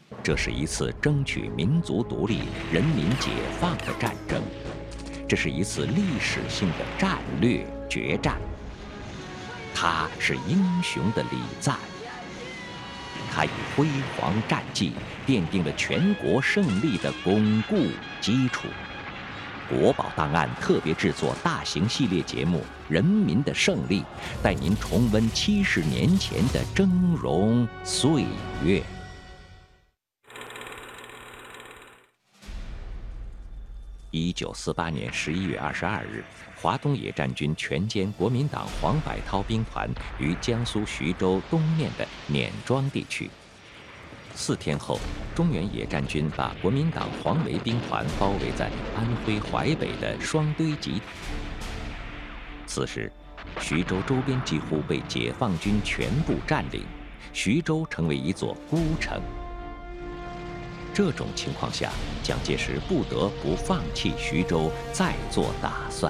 这是一次争取民族独立、人民解放的战争，这是一次历史性的战略决战。它是英雄的礼赞，它以辉煌战绩奠定了全国胜利的巩固基础。国宝档案特别制作大型系列节目《人民的胜利》，带您重温70年前的峥嵘岁月。1948年11月22日，华东野战军全歼国民党黄百韬兵团于江苏徐州东面的碾庄地区。4天后，中原野战军把国民党黄维兵团包围在安徽淮北的双堆集。此时，徐州周边几乎被解放军全部占领，徐州成为一座孤城。这种情况下，蒋介石不得不放弃徐州，再做打算。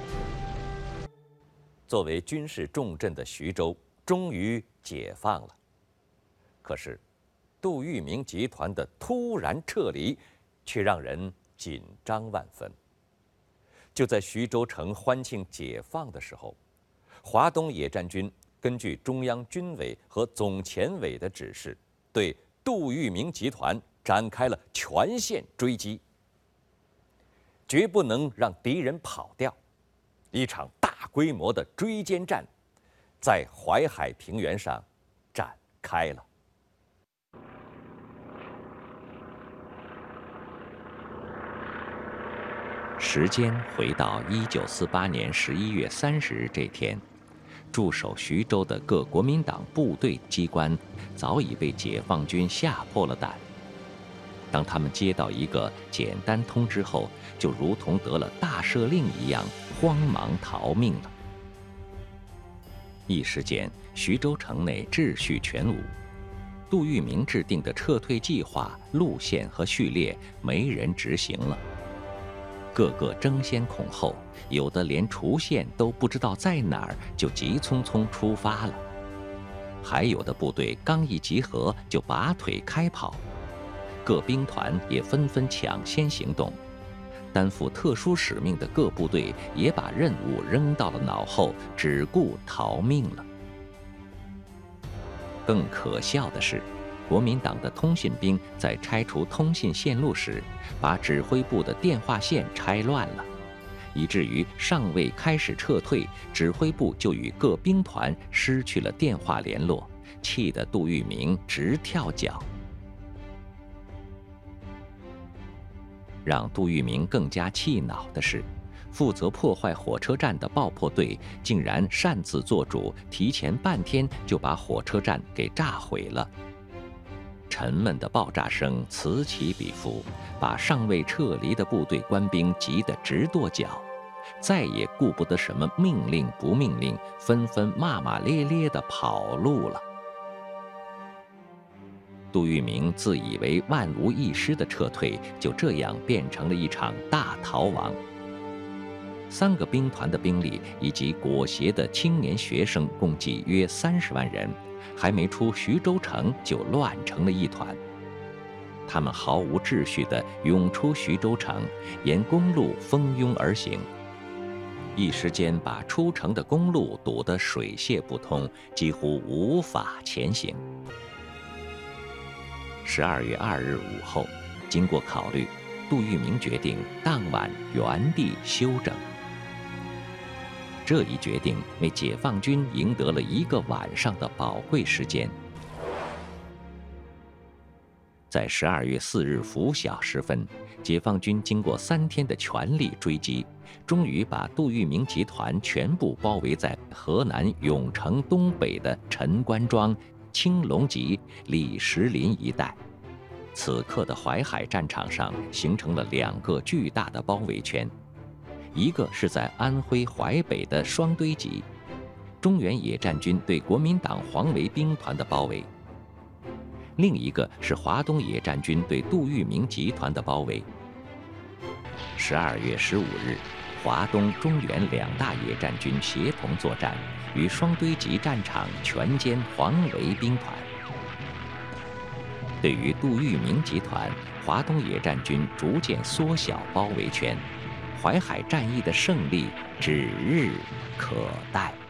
作为军事重镇的徐州，终于解放了。可是，杜聿明集团的突然撤离，却让人紧张万分。就在徐州城欢庆解放的时候，华东野战军根据中央军委和总前委的指示，对杜聿明集团展开了全线追击，绝不能让敌人跑掉。一场大规模的追歼战在淮海平原上展开了。时间回到1948年11月30日这天，驻守徐州的各国民党部队机关早已被解放军吓破了胆。当他们接到一个简单通知后，就如同得了大赦令一样，慌忙逃命了。一时间，徐州城内秩序全无，杜聿明制定的撤退计划、路线和序列没人执行了。个个争先恐后，有的连除线都不知道在哪儿，就急匆匆出发了。还有的部队刚一集合就拔腿开跑，各兵团也纷纷抢先行动。担负特殊使命的各部队也把任务扔到了脑后，只顾逃命了。更可笑的是，国民党的通信兵在拆除通信线路时，把指挥部的电话线拆乱了，以至于尚未开始撤退，指挥部就与各兵团失去了电话联络，气得杜聿明直跳脚。让杜聿明更加气恼的是，负责破坏火车站的爆破队竟然擅自做主，提前半天就把火车站给炸毁了。沉闷的爆炸声此起彼伏，把尚未撤离的部队官兵急得直跺脚，再也顾不得什么命令不命令，纷纷骂骂咧咧地跑路了。杜聿明自以为万无一失的撤退，就这样变成了一场大逃亡。3个兵团的兵力以及裹挟的青年学生共计约30万人，还没出徐州城就乱成了一团。他们毫无秩序地涌出徐州城，沿公路蜂拥而行，一时间把出城的公路堵得水泄不通，几乎无法前行。12月2日午后，经过考虑，杜聿明决定当晚原地休整。这一决定为解放军赢得了1个晚上的宝贵时间。在12月4日拂晓时分，解放军经过3天的全力追击，终于把杜聿明集团全部包围在河南永城东北的陈官庄、青龙集、李石林一带。此刻的淮海战场上形成了2个巨大的包围圈，一个是在安徽淮北的双堆集，中原野战军对国民党黄维兵团的包围；另一个是华东野战军对杜聿明集团的包围。12月15日，华东、中原2大野战军协同作战，于双堆集战场全歼黄维兵团。 对于杜聿明集团，华东野战军逐渐缩小包围圈，淮海战役的胜利指日可待。